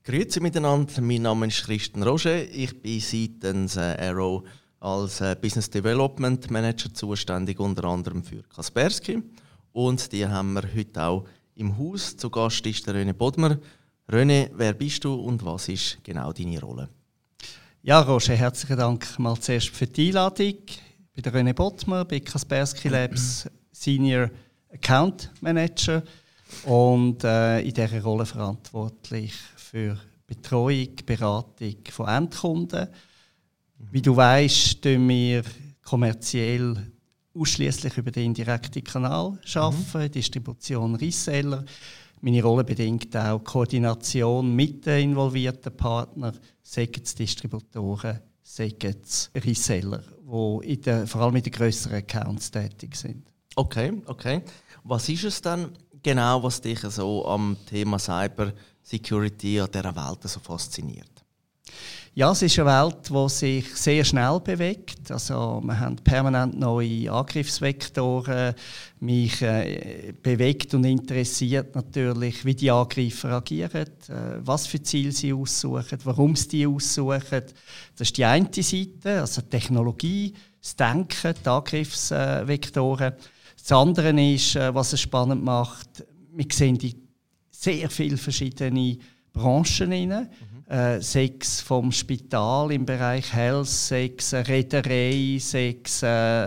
Grüezi miteinander, mein Name ist Christian Roger. Ich bin seitens Arrow als Business Development Manager zuständig, unter anderem für Kaspersky. Und die haben wir heute auch im Haus. Zu Gast ist der René Bodmer. René, wer bist du und was ist genau deine Rolle? Ja, Roger, herzlichen Dank mal zuerst für die Einladung. Ich bin der René Bodmer, bei Kaspersky Labs Senior Account Manager und in dieser Rolle verantwortlich für Betreuung, Beratung von Endkunden. Wie du weißt, arbeiten wir kommerziell ausschließlich über den indirekten Kanal, Distribution, Reseller. Meine Rolle bedingt auch Koordination mit den involvierten Partnern, seien es Distributoren, seien es Reseller, die vor allem in den grösseren Accounts tätig sind. Okay. Was ist es dann genau, was dich so am Thema Cyber Security an dieser Welt so fasziniert? Ja, es ist eine Welt, die sich sehr schnell bewegt. Also, wir haben permanent neue Angriffsvektoren. Mich bewegt und interessiert natürlich, wie die Angreifer agieren, was für Ziele sie aussuchen, warum sie die aussuchen. Das ist die eine Seite, also die Technologie, das Denken, die Angriffsvektoren. Das andere ist, was es spannend macht, wir sehen die sehr viele verschiedene Branchen rein. Sei es vom Spital im Bereich Health, sei es Reederei, sei es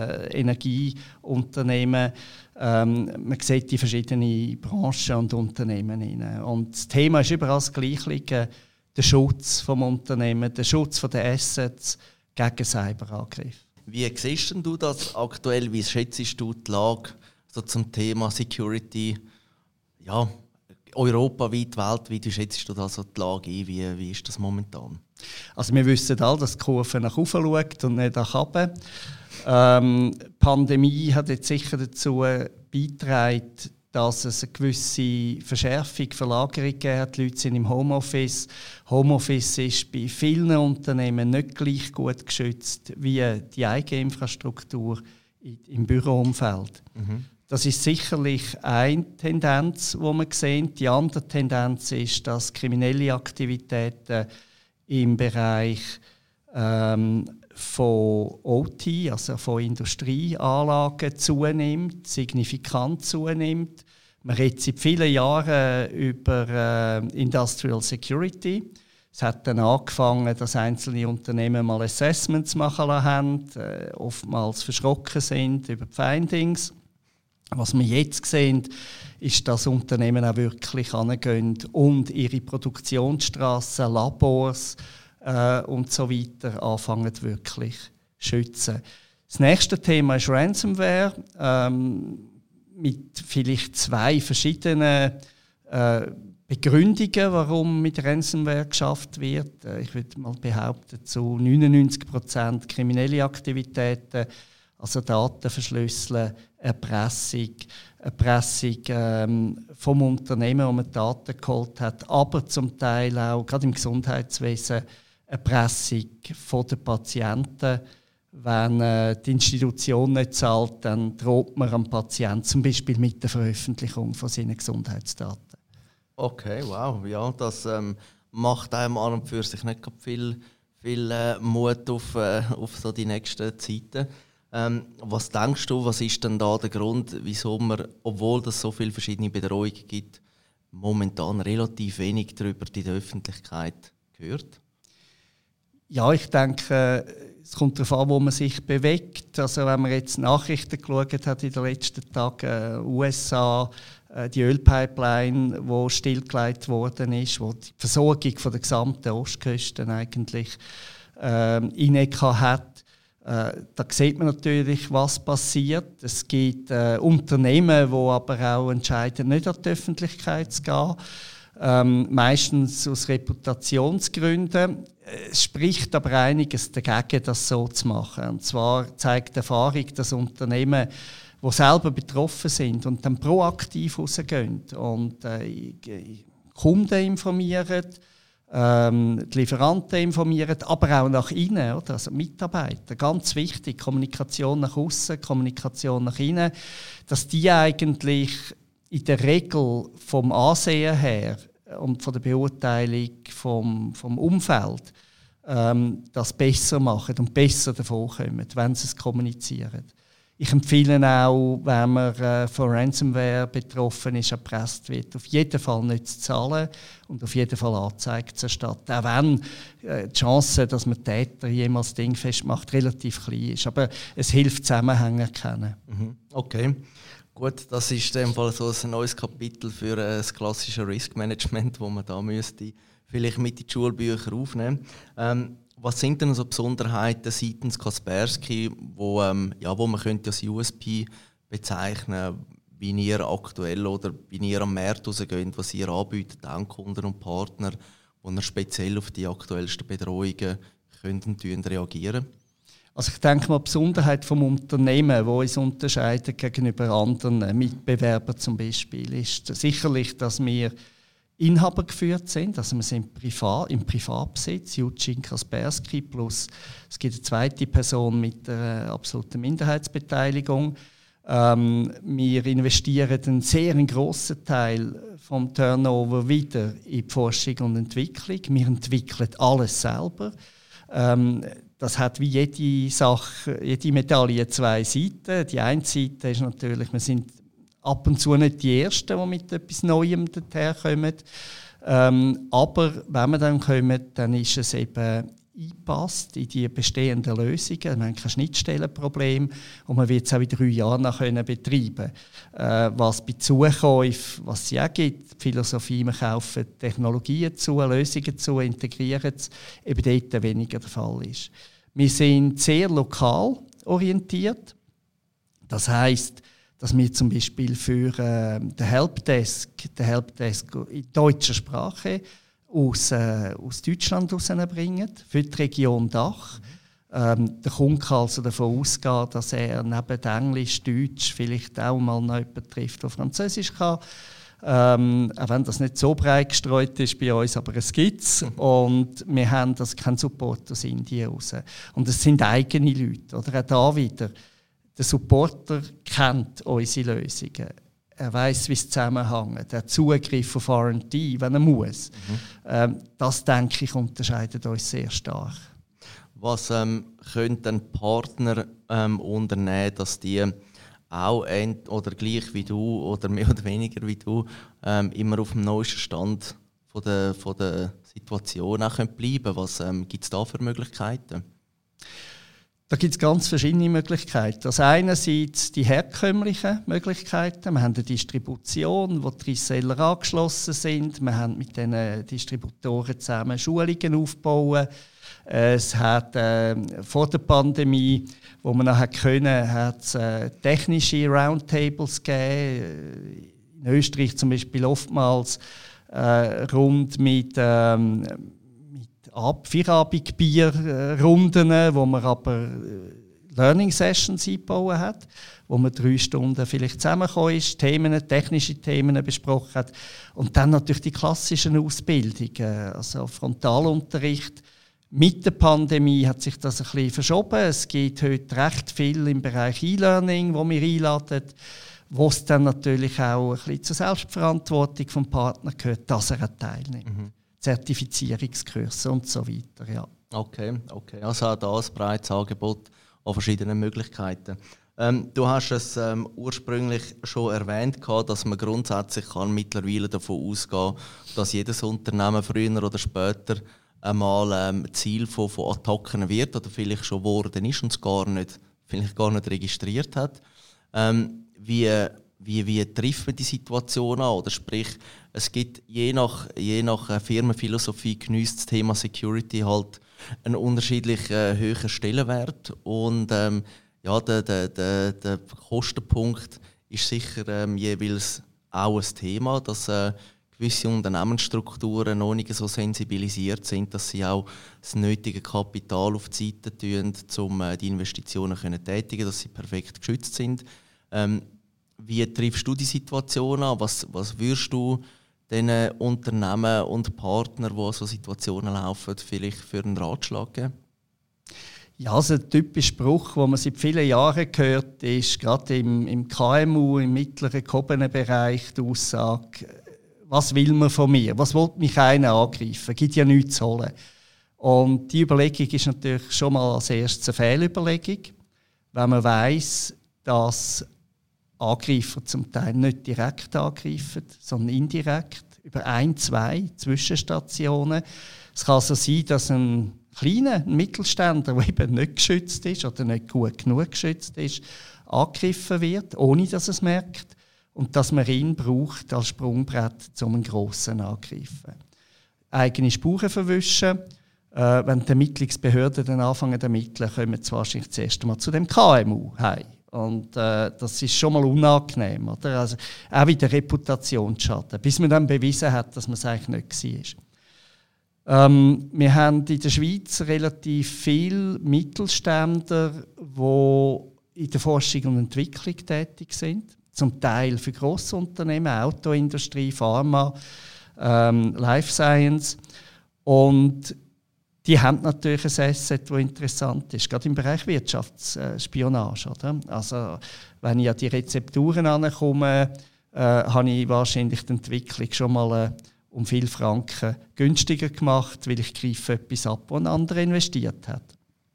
Energieunternehmen. Man sieht die verschiedenen Branchen und Unternehmen rein. Und das Thema ist überall das Gleiche, der Schutz des Unternehmens, der Schutz der Assets gegen Cyberangriffe. Wie siehst du das aktuell? Wie schätzt du die Lage so zum Thema Security? Ja, europaweit, weltweit, wie schätzt du da so die Lage ein? Wie ist das momentan? Also wir wissen alle, dass die Kurve nach oben schaut und nicht nach unten. Die Pandemie hat jetzt sicher dazu beigetragen, dass es eine gewisse Verschärfung, Verlagerung gegeben hat. Die Leute sind im Homeoffice. Homeoffice ist bei vielen Unternehmen nicht gleich gut geschützt wie die eigene Infrastruktur im Büroumfeld. Das ist sicherlich eine Tendenz, die man sieht. Die andere Tendenz ist, dass kriminelle Aktivitäten im Bereich von OT, also von Industrieanlagen, signifikant zunimmt. Man redet seit vielen Jahren über Industrial Security. Es hat dann angefangen, dass einzelne Unternehmen mal Assessments machen haben, oftmals verschrocken sind über die Findings. Was wir jetzt sehen, ist, dass Unternehmen auch wirklich hingehen und ihre Produktionsstraßen, Labors und so weiter anfangen wirklich zu schützen. Das nächste Thema ist Ransomware, mit vielleicht zwei verschiedenen Begründungen, warum mit Ransomware geschafft wird. Ich würde mal behaupten, zu 99% kriminelle Aktivitäten, also Daten verschlüsseln, Erpressung vom Unternehmen, wo man Daten geholt hat, aber zum Teil auch, gerade im Gesundheitswesen, Erpressung von den Patienten. Wenn die Institution nicht zahlt, dann droht man am Patienten zum Beispiel mit der Veröffentlichung von seinen Gesundheitsdaten. Okay, wow. Ja, das macht einem an und für sich nicht viel Mut auf so die nächsten Zeiten. Was denkst du, was ist denn da der Grund, wieso man, obwohl es so viele verschiedene Bedrohungen gibt, momentan relativ wenig darüber in der Öffentlichkeit hört? Ja, ich denke, es kommt darauf an, wo man sich bewegt. Also wenn man jetzt Nachrichten geschaut hat in den letzten Tagen, USA, die Ölpipeline, die stillgelegt worden ist, wo die Versorgung von der gesamten Ostküste eigentlich reingehauen hat. Da sieht man natürlich, was passiert. Es gibt Unternehmen, die aber auch entscheiden, nicht an die Öffentlichkeit zu gehen. Meistens aus Reputationsgründen. Es spricht aber einiges dagegen, das so zu machen. Und zwar zeigt die Erfahrung, dass Unternehmen, die selber betroffen sind und dann proaktiv rausgehen und Kunden informieren, die Lieferanten informieren, aber auch nach innen, oder? Also Mitarbeiter, ganz wichtig, Kommunikation nach außen, Kommunikation nach innen, dass die eigentlich in der Regel vom Ansehen her und von der Beurteilung vom Umfeld das besser machen und besser davon kommen, wenn sie es kommunizieren. Ich empfehle auch, wenn man von Ransomware betroffen ist, erpresst wird, auf jeden Fall nicht zu zahlen und auf jeden Fall Anzeige zu erstatten. Auch wenn die Chance, dass man Täter jemals dingfest macht, relativ klein ist. Aber es hilft, Zusammenhänge erkennen. Okay. Gut, das ist in dem Fall so ein neues Kapitel für das klassische Risk Management, wo man da müsste vielleicht mit in die Schulbücher aufnehmen. Was sind denn so Besonderheiten seitens Kaspersky, wo man könnte als USP bezeichnen, wie ihr aktuell oder wie ihr am Markt rausgeht, was ihr anbietet, Endkunden und Partner, wo ihr speziell auf die aktuellsten Bedrohungen reagieren? Also ich denke mal, die Besonderheit des Unternehmens, die uns unterscheidet gegenüber anderen Mitbewerbern zum Beispiel, ist sicherlich, dass wir Inhaber geführt sind, also wir sind im Privatbesitz, Eugene Kaspersky, plus es gibt eine zweite Person mit einer absoluten Minderheitsbeteiligung. Wir investieren einen sehr grossen Teil vom Turnover wieder in die Forschung und Entwicklung. Wir entwickeln alles selber. Das hat wie jede Sache, jede Medaille zwei Seiten. Die eine Seite ist natürlich, wir sind ab und zu nicht die Ersten, die mit etwas Neuem daherkommen. Aber wenn wir dann kommen, dann ist es eben eingepasst in die bestehenden Lösungen. Wir haben kein Schnittstellenproblem und man wird es auch in 3 Jahren noch betreiben können. Was bei Zukäufen, was es ja gibt, die Philosophie, wir kaufen Technologien zu, Lösungen zu, integrieren es, eben dort weniger der Fall ist. Wir sind sehr lokal orientiert. Das heisst, dass wir zum Beispiel für den Helpdesk in deutscher Sprache aus Deutschland herausbringen, für die Region Dach. Der Kunde kann also davon ausgehen, dass er neben Englisch, Deutsch vielleicht auch mal noch jemanden trifft, der Französisch kann. Auch wenn das nicht so breit gestreut ist bei uns, aber es gibt es. Und wir haben keinen Support aus Indien raus. Und es sind eigene Leute. Oder auch da wieder. Der Supporter kennt unsere Lösungen. Er weiss, wie es zusammenhängt. Er hat Zugriff auf R&D, wenn er muss. Das, denke ich, unterscheidet uns sehr stark. Was können denn Partner unternehmen, dass die auch oder gleich wie du oder mehr oder weniger wie du immer auf dem neuesten Stand von der Situation auch bleiben können? Was gibt es da für Möglichkeiten? Da gibt es ganz verschiedene Möglichkeiten. Also einerseits die herkömmlichen Möglichkeiten. Wir haben eine Distribution, wo die Reseller angeschlossen sind. Wir haben mit diesen Distributoren zusammen Schulungen aufgebaut. Es hat vor der Pandemie, wo wir nachher können, hat es technische Roundtables gegeben. In Österreich zum Beispiel oftmals rund mit Feierabend-Bierrunden, wo man aber Learning Sessions eingebaut hat, wo man 3 Stunden vielleicht zusammengekommen ist, technische Themen besprochen hat und dann natürlich die klassischen Ausbildungen, also Frontalunterricht. Mit der Pandemie hat sich das ein bisschen verschoben. Es gibt heute recht viel im Bereich E-Learning, wo wir einladen, wo es dann natürlich auch ein bisschen zur Selbstverantwortung vom Partner gehört, dass er teilnimmt. Zertifizierungskurse und so weiter. Ja. Okay. Also auch das breites Angebot an verschiedenen Möglichkeiten. Du hast es ursprünglich schon erwähnt, dass man grundsätzlich mittlerweile davon ausgehen kann, dass jedes Unternehmen früher oder später einmal Ziel von Attacken wird oder vielleicht schon geworden ist und es vielleicht gar nicht registriert hat. Wie trifft man die Situation an? Oder sprich, es gibt je nach Firmenphilosophie geniesst das Thema Security halt einen unterschiedlich höheren Stellenwert. Und der Kostenpunkt ist sicher jeweils auch ein Thema, dass gewisse Unternehmensstrukturen noch nicht so sensibilisiert sind, dass sie auch das nötige Kapital auf die Seite tun, um die Investitionen zu tätigen, dass sie perfekt geschützt sind. Wie triffst du die Situation an? Was würdest du den Unternehmen und Partnern, die an so Situationen laufen, vielleicht für einen Ratschlag geben? Ja, also ein typischer Spruch, den man seit vielen Jahren hört, ist gerade im KMU, im mittleren gehobenen Bereich, die Aussage, Was will man von mir? Was will mich einer angreifen? Gibt ja nichts zu holen. Und die Überlegung ist natürlich schon mal als erstes eine Fehlüberlegung, wenn man weiss, dass Angreifer zum Teil nicht direkt angreifen, sondern indirekt, über 1, 2 Zwischenstationen. Es kann also sein, dass ein Mittelständler, der eben nicht geschützt ist oder nicht gut genug geschützt ist, angegriffen wird, ohne dass er es merkt. Und dass man ihn braucht als Sprungbrett, um einen Grossen angreifen. Eigene Spuren verwischen. Wenn die Ermittlungsbehörden dann anfangen zu ermitteln, kommen sie wahrscheinlich das erste Mal zu dem KMU heim. Und das ist schon mal unangenehm. Oder? Also, auch wieder Reputationsschaden, bis man dann bewiesen hat, dass man es eigentlich nicht war. Wir haben in der Schweiz relativ viele Mittelständler, die in der Forschung und Entwicklung tätig sind. Zum Teil für grosse Unternehmen, Autoindustrie, Pharma, Life Science. Und die haben natürlich ein Asset, das interessant ist, gerade im Bereich Wirtschaftsspionage. Oder? Also, wenn ich an die Rezepturen ankomme, habe ich wahrscheinlich die Entwicklung schon mal um viele Franken günstiger gemacht, weil ich greife etwas ab, das ein anderer investiert hat.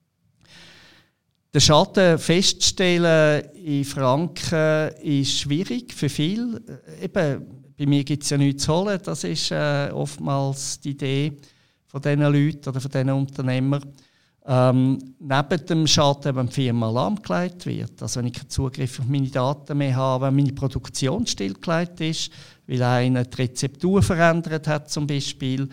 Den Schaden festzustellen in Franken ist schwierig für viele. Eben, bei mir gibt es ja nichts zu holen. Das ist oftmals die Idee von diesen Leuten oder von diesen Unternehmern. Neben dem Schaden, wenn die Firma lahmgelegt wird, also wenn ich keinen Zugriff auf meine Daten mehr habe, wenn meine Produktion stillgelegt ist, weil einer die Rezeptur verändert hat zum Beispiel,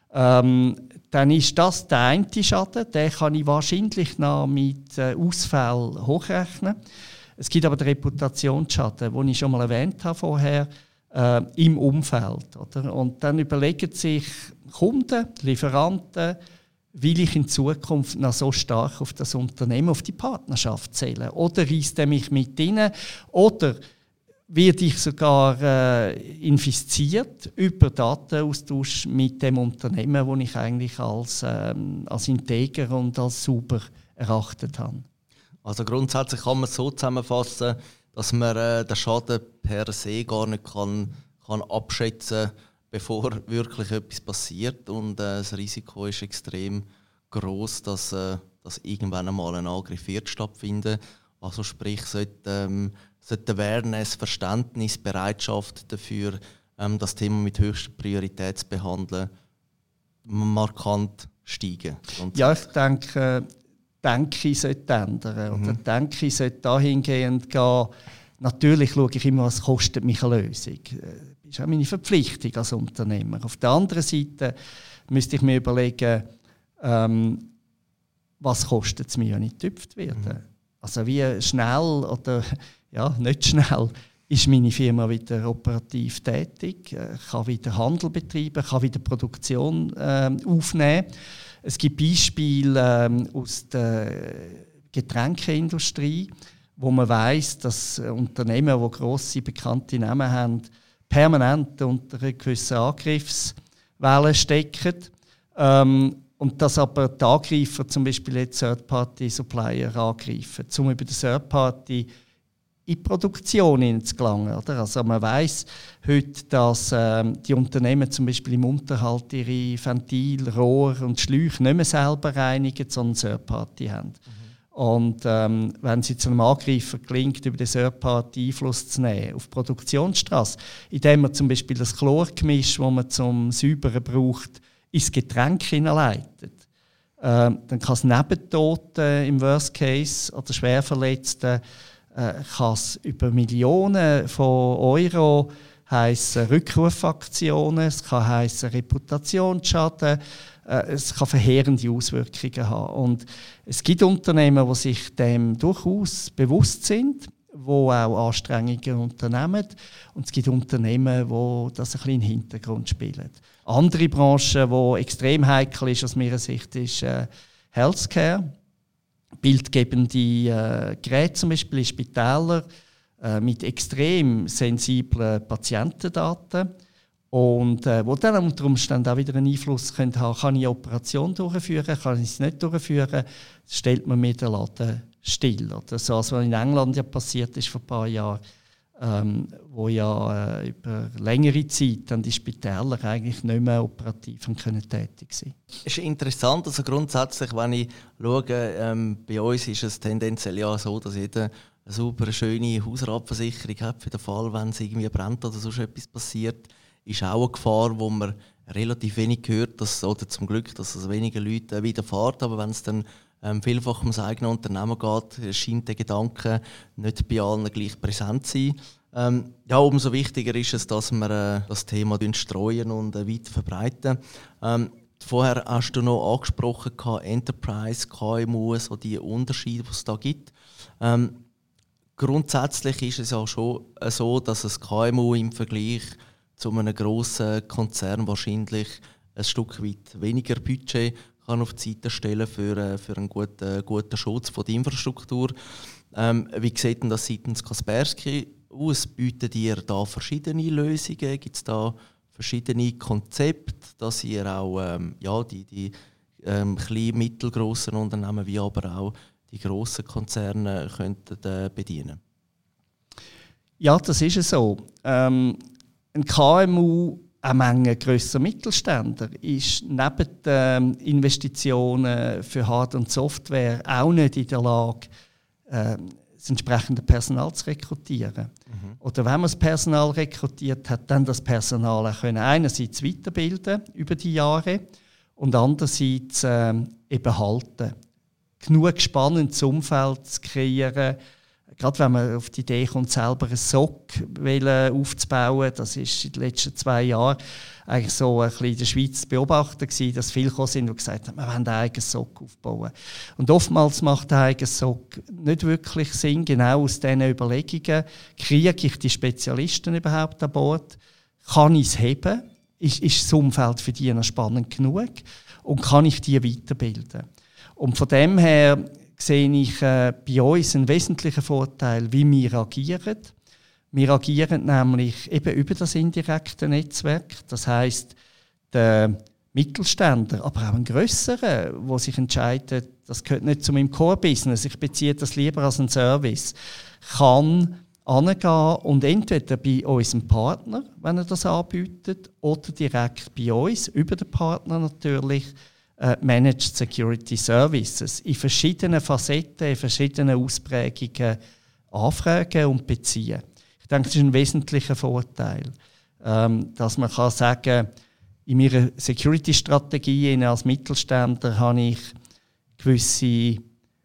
dann ist das der eine Schaden, den kann ich wahrscheinlich noch mit Ausfällen hochrechnen. Es gibt aber den Reputationsschaden, den ich schon mal erwähnt habe vorher, im Umfeld. Oder? Und dann überlegen sich Kunden, Lieferanten, will ich in Zukunft noch so stark auf das Unternehmen, auf die Partnerschaft zählen? Oder reisst er mich mit rein? Oder werde ich sogar infiziert über Datenaustausch mit dem Unternehmen, das ich eigentlich als integer und als sauber erachtet habe? Also grundsätzlich kann man es so zusammenfassen, dass man den Schaden per se gar nicht kann abschätzen kann, bevor wirklich etwas passiert. Und das Risiko ist extrem groß, dass irgendwann einmal ein Angriff wird stattfinden. Also sprich, sollte Awareness, Verständnis, Bereitschaft dafür, das Thema mit höchster Priorität zu behandeln, markant steigen. Ja, ich denke, Denke sollte ändern. Oder Denke sollte dahingehend gehen, natürlich schaue ich immer, was kostet mich eine Lösung. Das ist auch meine Verpflichtung als Unternehmer. Auf der anderen Seite müsste ich mir überlegen, was kostet es mir, wenn ich getüpft werde. Also wie schnell oder nicht schnell ist meine Firma wieder operativ tätig, kann wieder Handel betreiben, kann wieder Produktion aufnehmen. Es gibt Beispiele aus der Getränkeindustrie, wo man weiss, dass Unternehmen, die grosse, bekannte Namen haben, permanent unter einer gewissen Angriffswelle stecken. Und dass aber die Angreifer zum Beispiel jetzt Third-Party-Supplier angreifen, um über die Third-Party in die Produktion zu gelangen. Oder? Also man weiss heute, dass die Unternehmen zum Beispiel im Unterhalt ihre Ventile, Rohr und Schläuche nicht mehr selber reinigen, sondern Third-Party haben. Und wenn es zu einem Angreifer gelingt, über den Third-Party Einfluss zu nehmen auf die Produktionsstraße, indem man zum Beispiel das Chlorgemisch, das man zum Säubern braucht, ins Getränk hineinleitet, dann kann es Nebentoten im Worst Case oder Schwerverletzten kann es über Millionen von Euro heissen Rückrufaktionen, es kann heissen Reputationsschaden, es kann verheerende Auswirkungen haben. Und es gibt Unternehmen, die sich dem durchaus bewusst sind, die auch Anstrengungen unternehmen. Und es gibt Unternehmen, die das ein bisschen in den Hintergrund spielen. Andere Branchen, die extrem heikel ist aus meiner Sicht, ist Healthcare. Bildgebende Geräte zum Beispiel in Spitälern mit extrem sensiblen Patientendaten und wo dann unter Umständen auch wieder einen Einfluss haben können. Kann ich eine Operation durchführen, kann ich es nicht durchführen, stellt man mir den Laden still. Oder so, was in England ja passiert ist vor ein paar Jahren, wo ja über längere Zeit dann die Spitäler eigentlich nicht mehr operativ tätig sein. Es ist interessant, also grundsätzlich, wenn ich schaue, bei uns ist es tendenziell ja so, dass jeder eine super schöne Hausratversicherung hat für den Fall, wenn es irgendwie brennt oder sonst etwas passiert. Ist auch eine Gefahr, wo man relativ wenig hört, oder zum Glück, dass es weniger Leute widerfährt. Aber wenn es dann vielfach ums eigene Unternehmen geht, scheint der Gedanke nicht bei allen gleich präsent zu sein. Ja, umso wichtiger ist es, dass wir das Thema streuen und weiter verbreiten. Vorher hast du noch angesprochen, Enterprise, KMU, so die Unterschiede, die es da gibt. Grundsätzlich ist es ja schon so, dass ein KMU im Vergleich zu einem grossen Konzern wahrscheinlich ein Stück weit weniger Budget kann auf die Seite stellen für einen guten Schutz von der Infrastruktur. Wie sieht denn das seitens Kaspersky aus? Bietet ihr da verschiedene Lösungen? Gibt es da verschiedene Konzepte, dass ihr auch die kleinen, mittelgroßen Unternehmen wie aber auch die grossen Konzerne könnten bedienen? Ja, das ist es so. Ein KMU, eine Menge grösser Mittelständler, ist neben den Investitionen für Hard- und Software auch nicht in der Lage, das entsprechende Personal zu rekrutieren. Oder wenn man das Personal rekrutiert hat, dann das Personal auch können einerseits weiterbilden über die Jahre und andererseits eben halten. Genug spannendes Umfeld zu kreieren. Gerade wenn man auf die Idee kommt, selber ein SOC aufzubauen, das ist in den letzten 2 Jahren eigentlich so ein bisschen in der Schweiz zu beobachten gewesen, dass viele gekommen sind und gesagt haben, wir wollen ein eigenes SOC aufbauen. Und oftmals macht ein eigenes SOC nicht wirklich Sinn, genau aus diesen Überlegungen. Kriege ich die Spezialisten überhaupt an Bord? Kann ich es heben? Ist das Umfeld für die noch spannend genug? Und kann ich die weiterbilden? Und von dem her sehe ich bei uns einen wesentlichen Vorteil, wie wir agieren. Wir agieren nämlich eben über das indirekte Netzwerk. Das heisst, der Mittelständler, aber auch ein grösserer, der sich entscheidet, das gehört nicht zu meinem Core-Business, ich beziehe das lieber als einen Service, kann hingehen und entweder bei unserem Partner, wenn er das anbietet, oder direkt bei uns, über den Partner natürlich, Managed Security Services in verschiedenen Facetten, in verschiedenen Ausprägungen anfragen und beziehen. Ich denke, das ist ein wesentlicher Vorteil, dass man kann sagen, in meiner Security-Strategie als Mittelständler habe ich gewisse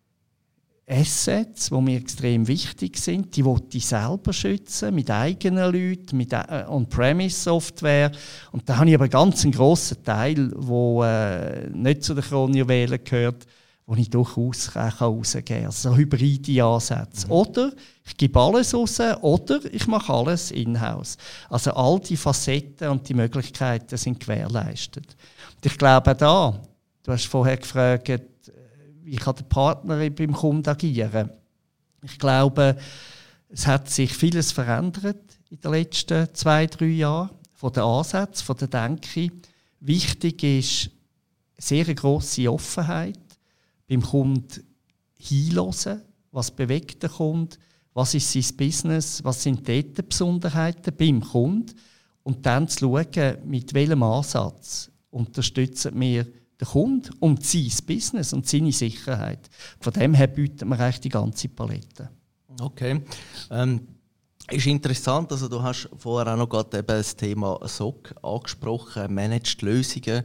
Assets, die mir extrem wichtig sind. Die will ich selber schützen, mit eigenen Leuten, mit On-Premise-Software. Und da habe ich aber ganz einen grossen Teil, der nicht zu den Kronjuwelen gehört, wo ich durchaus rausgeben kann. Also so hybride Ansätze. Oder ich gebe alles raus, oder ich mache alles in-house. Also all die Facetten und die Möglichkeiten sind gewährleistet. Und ich glaube auch da, du hast vorher gefragt, wie kann der Partner beim Kunden agieren? Ich glaube, es hat sich vieles verändert in den letzten 2-3 Jahren. Von den Ansätzen, von der Denke. Wichtig ist sehr eine grosse Offenheit beim Kunden hinhören, was bewegt den Kunden, was ist sein Business, was sind dort die Besonderheiten beim Kunden und dann zu schauen, mit welchem Ansatz unterstützen wir den Kunden und sein Business und seine Sicherheit. Von dem her bieten wir eigentlich die ganze Palette. Okay. Ist interessant, also du hast vorher auch noch gerade eben das Thema SOC angesprochen, Managed Lösungen.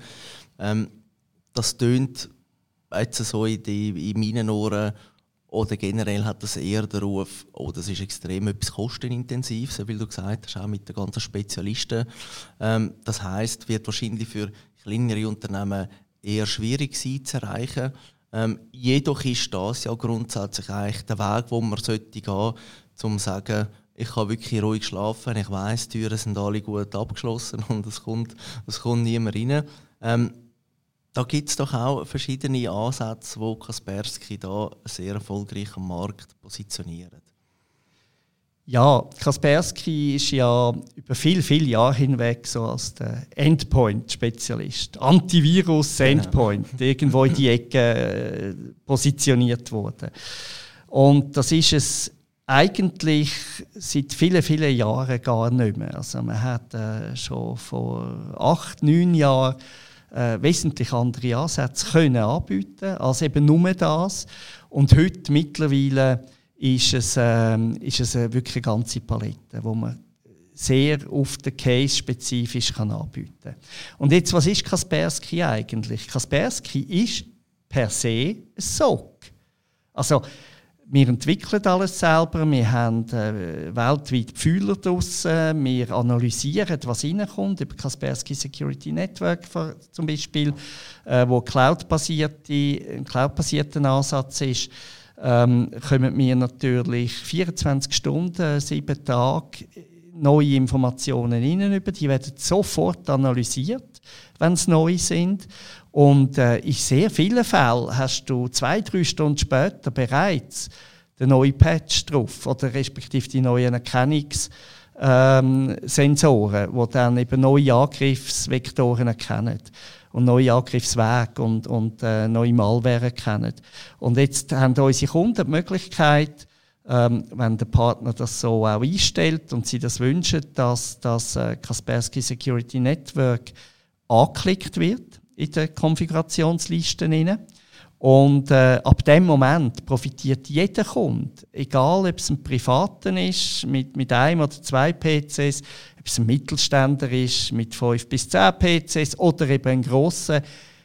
Das tönt jetzt so in meinen Ohren, oder generell hat das eher den Ruf, das ist extrem etwas kostenintensiv, so wie du gesagt hast, auch mit den ganzen Spezialisten. Das heisst, wird wahrscheinlich für kleinere Unternehmen eher schwierig sein zu erreichen. Jedoch ist das ja grundsätzlich eigentlich der Weg, den man gehen sollte, um zu sagen, ich kann wirklich ruhig schlafen, ich weiss, die Türen sind alle gut abgeschlossen und es kommt niemand rein. Da gibt es doch auch verschiedene Ansätze, wo Kaspersky da sehr erfolgreich am Markt positioniert. Ja, Kaspersky ist ja über viele Jahre hinweg so als der Endpoint-Spezialist, Antivirus-Endpoint, irgendwo in die Ecke positioniert worden. Und das ist es eigentlich seit vielen, vielen Jahren gar nicht mehr. Also man hat schon vor 8, 9 Jahren wesentlich andere Ansätze können anbieten als eben nur das. Und heute mittlerweile ist es wirklich eine ganze Palette, wo man sehr auf den Case spezifisch anbieten kann. Und jetzt, was ist Kaspersky eigentlich? Kaspersky ist per se ein SOC. Also, wir entwickeln alles selber, wir haben weltweit Fühler draussen, wir analysieren, was reinkommt, über Kaspersky Security Network zum Beispiel, wo ein cloud-basierter Ansatz ist, kommen wir natürlich 24 Stunden, 7 Tage neue Informationen rein über. Die werden sofort analysiert, wenn sie neu sind. Und in sehr vielen Fällen hast du 2-3 Stunden später bereits den neuen Patch drauf oder respektive die neuen Erkennungssensoren, die dann eben neue Angriffsvektoren erkennen und neue Angriffswege und neue Malware erkennen. Und jetzt haben unsere Kunden die Möglichkeit, wenn der Partner das so auch einstellt und sie das wünschen, dass das Kaspersky Security Network angeklickt wird in den Konfigurationslisten. Und ab dem Moment profitiert jeder Kunde, egal ob es ein Privater ist, mit 1 oder 2 PCs, ob es ein Mittelständler ist, mit 5 bis 10 PCs oder eben ein grosser,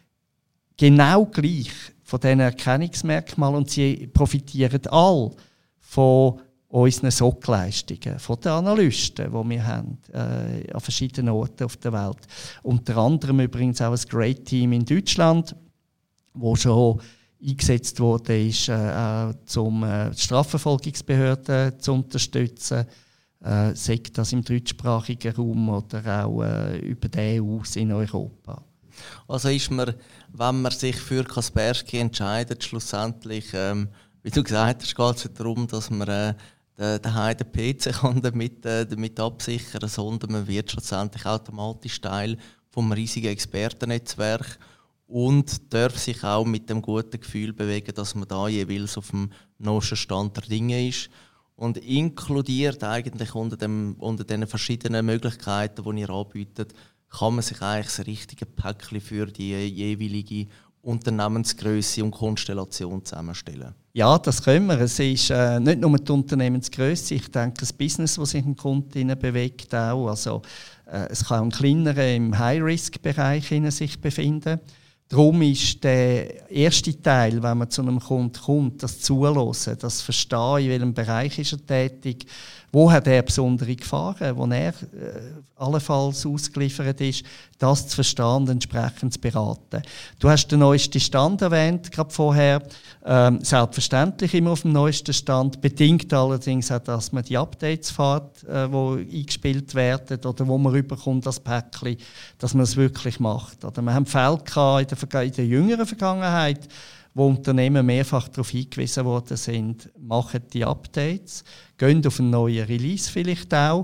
genau gleich von diesen Erkennungsmerkmalen. Und sie profitieren alle von unseren SOC-Leistungen, von den Analysten, die wir haben, an verschiedenen Orten auf der Welt. Unter anderem übrigens auch ein Great Team in Deutschland, wo schon eingesetzt wurde, ist, um die Strafverfolgungsbehörden zu unterstützen, sei das im deutschsprachigen Raum oder auch über die EU in Europa. Also ist man, wenn man sich für Kaspersky entscheidet, schlussendlich, wie du gesagt hast, geht es darum, dass man den PC kann damit absichern kann, sondern man wird schlussendlich automatisch Teil vom riesigen Expertennetzwerk und darf sich auch mit dem guten Gefühl bewegen, dass man da jeweils auf dem neuesten Stand der Dinge ist. Und inkludiert eigentlich unter den verschiedenen Möglichkeiten, die ihr anbietet, kann man sich eigentlich das richtige Päckchen für die jeweilige Unternehmensgrösse und Konstellation zusammenstellen. Ja, das können wir. Es ist nicht nur die Unternehmensgrösse, ich denke, das Business, das sich im Kunden bewegt, auch. Also, es kann auch ein kleinerer im High-Risk-Bereich sich befinden. Darum ist der erste Teil, wenn man zu einem Kunden kommt, das Zuhören, das Verstehen, in welchem Bereich ist er tätig, wo hat er besondere Gefahren, wo er allenfalls ausgeliefert ist, das zu verstehen und entsprechend zu beraten. Du hast den neuesten Stand erwähnt, gerade vorher. Selbstverständlich immer auf dem neuesten Stand, bedingt allerdings auch, dass man die Updates fährt, die eingespielt werden oder wo man rüberkommt, das Päckchen, dass man es wirklich macht. Oder wir haben Fälle gehabt in der jüngeren Vergangenheit, wo Unternehmen mehrfach darauf hingewiesen worden sind, machen die Updates, gehen auf einen neuen Release vielleicht auch,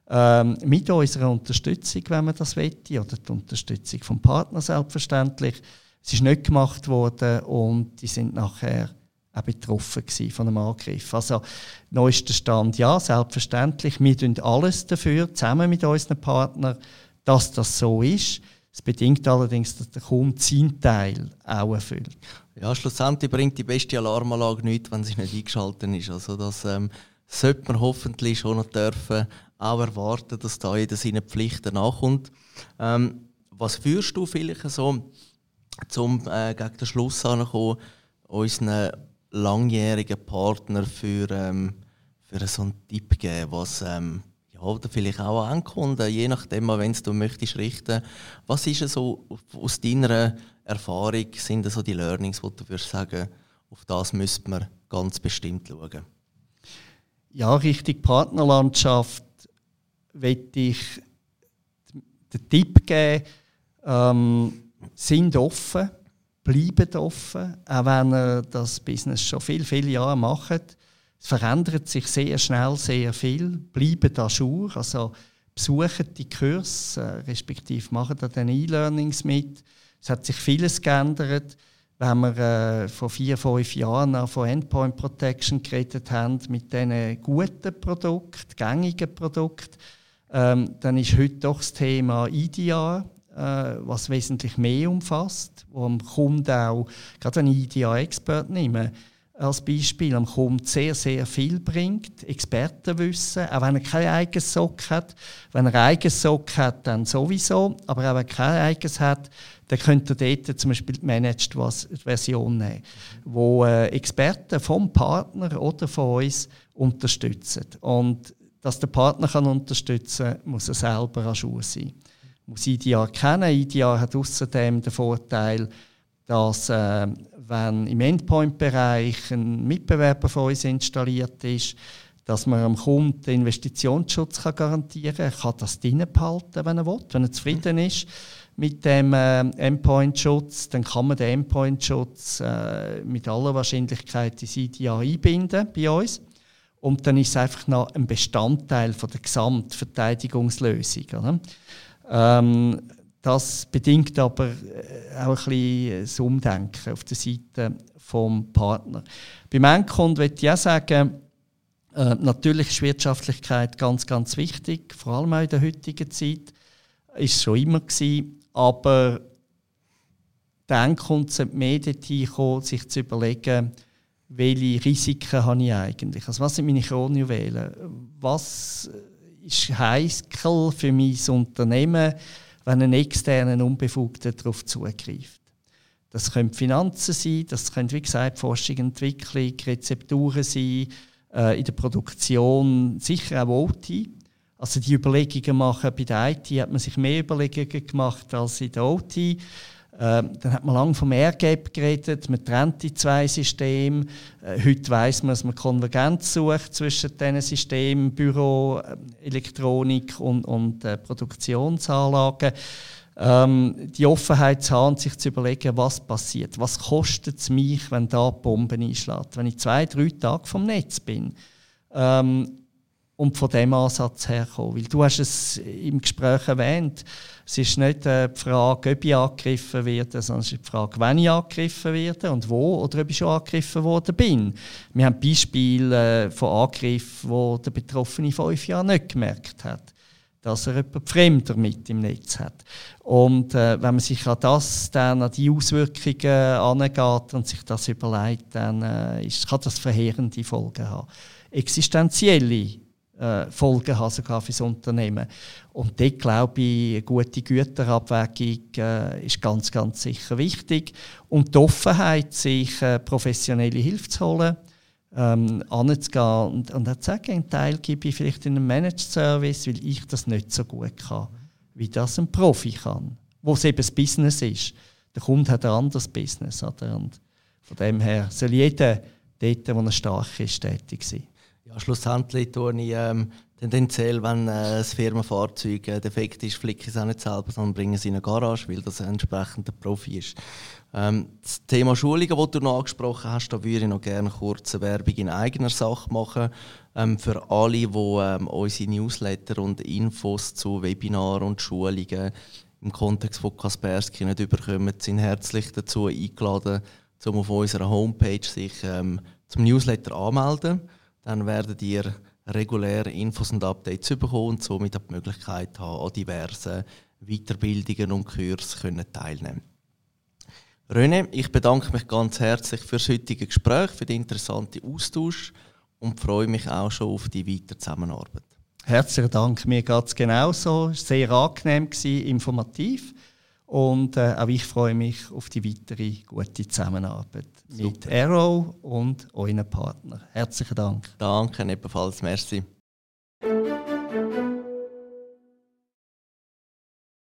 mit unserer Unterstützung, wenn man das möchte, oder die Unterstützung vom Partner selbstverständlich. Es ist nicht gemacht worden und die sind nachher auch betroffen von einem Angriff. Also neuester Stand, ja, selbstverständlich. Wir tun alles dafür, zusammen mit unseren Partnern, dass das so ist. Es bedingt allerdings, dass der Kunde seinen Teil auch erfüllt. Ja, schlussendlich bringt die beste Alarmanlage nichts, wenn sie nicht eingeschaltet ist. Also das sollte man hoffentlich schon noch dürfen, auch erwarten, dass da jeder seinen Pflichten nachkommt. Was führst du vielleicht so, gegen den Schluss anzukommen, unseren langjährigen Partner für so einen Tipp geben, was oder vielleicht auch an Endkunden, je nachdem, wenn du möchtest richten. Was ist so aus deiner Erfahrung, sind so die Learnings, wo du würdest sagen, auf das müsste man ganz bestimmt schauen? Ja, Richtung Partnerlandschaft möchte ich den Tipp geben, sind offen, bleiben offen, auch wenn ihr das Business schon viele Jahre macht. Es verändert sich sehr schnell sehr viel. Bleiben à jour, also besuchen die Kurse, respektive machen da den E-Learnings mit. Es hat sich vieles geändert. wenn wir vor 4-5 Jahren von Endpoint Protection geredet haben, mit diesen guten Produkten, gängigen Produkten, dann ist heute doch das Thema EDR, was wesentlich mehr umfasst, wo am Kunden auch, gerade wenn ich EDR-Expert nehme, als Beispiel am Kunden sehr, sehr viel bringt, Expertenwissen, auch wenn er kein eigenes SOC hat. Wenn er ein eigenes SOC hat, dann sowieso, aber auch wenn er kein eigenes hat, dann könnt ihr dort zum Beispiel die Managed Version nehmen, wo Experten vom Partner oder von uns unterstützen. Und dass der Partner kann unterstützen kann, muss er selber an Schuhe sein. Muss EDR kennen. EDR hat außerdem den Vorteil, dass wenn im Endpoint-Bereich ein Mitbewerber von uns installiert ist, dass man dem Kunden den Investitionsschutz garantieren kann. Er kann das drinnen behalten, wenn er will. Wenn er zufrieden ist mit dem Endpoint-Schutz, dann kann man den Endpoint-Schutz mit aller Wahrscheinlichkeit ins EDR einbinden bei uns. Und dann ist es einfach noch ein Bestandteil von der Gesamtverteidigungslösung. Oder? Das bedingt aber auch ein bisschen das Umdenken auf der Seite des Partners. Beim Endkunden möchte ich auch sagen, natürlich ist Wirtschaftlichkeit ganz, ganz wichtig, vor allem auch in der heutigen Zeit. Ist es schon immer gewesen, aber der Endkunde sollte mehr dorthin kommen, sich zu überlegen, welche Risiken habe ich eigentlich? Also was sind meine Kronjuwelen? Was ist heikel für mein Unternehmen, wenn ein externer Unbefugter darauf zugreift? Das können Finanzen sein, das können, wie gesagt, Forschung, Entwicklung, Rezepturen sein, in der Produktion, sicher auch OT. Also die Überlegungen machen bei der IT hat man sich mehr Überlegungen gemacht als in der OT. Dann hat man lange vom Airgap geredet, man trennt die zwei Systeme. Heute weiss man, dass man Konvergenz sucht zwischen diesen Systemen, Büro, Elektronik und Produktionsanlagen. Die Offenheit zu haben, sich zu überlegen, was passiert. Was kostet es mich, wenn da die Bombe einschlägt? Wenn ich 2-3 Tage vom Netz bin. Und von diesem Ansatz herkommen. Weil du hast es im Gespräch erwähnt, es ist nicht die Frage, ob ich angegriffen werde, sondern es ist die Frage, wann ich angegriffen werde und wo oder ob ich schon angegriffen worden bin. Wir haben Beispiele von Angriffen, wo der Betroffene 5 Jahre nicht gemerkt hat, dass er jemand Fremder mit im Netz hat. Und wenn man sich an das dann an die Auswirkungen angeht und sich das überlegt, dann kann das verheerende Folgen haben. Existenzielle Folgen haben sogar für das Unternehmen. Und dort glaube ich, eine gute Güterabwägung ist ganz, ganz sicher wichtig. Und die Offenheit, sich professionelle Hilfe zu holen, anzugehen und auch zu sagen, einen Teil gebe ich vielleicht in einen Managed Service, weil ich das nicht so gut kann, wie das ein Profi kann. Wo es eben das Business ist. Der Kunde hat ein anderes Business. Oder? Und von dem her soll jeder dort, wo er stark ist, tätig sein. Ja, schlussendlich tue ich tendenziell, wenn das Firmenfahrzeug defekt ist, flicke ich es auch nicht selber, sondern bringe es in eine Garage, weil das entsprechend der Profi ist. Das Thema Schulungen, das du noch angesprochen hast, da würde ich noch gerne kurz eine Werbung in eigener Sache machen. Für alle, die unsere Newsletter und Infos zu Webinaren und Schulungen im Kontext von Kaspersky nicht überkommen, sind herzlich dazu eingeladen, um auf unserer Homepage sich zum Newsletter anmelden. Dann werdet ihr regulär Infos und Updates bekommen und somit die Möglichkeit haben, an diversen Weiterbildungen und Kursen teilnehmen. René, ich bedanke mich ganz herzlich für das heutige Gespräch, für den interessanten Austausch und freue mich auch schon auf die weitere Zusammenarbeit. Herzlichen Dank, mir geht es genauso. Es war sehr angenehm, informativ. Und auch ich freue mich auf die weitere gute Zusammenarbeit mit Arrow und euren Partnern. Herzlichen Dank. Danke, ebenfalls. Merci.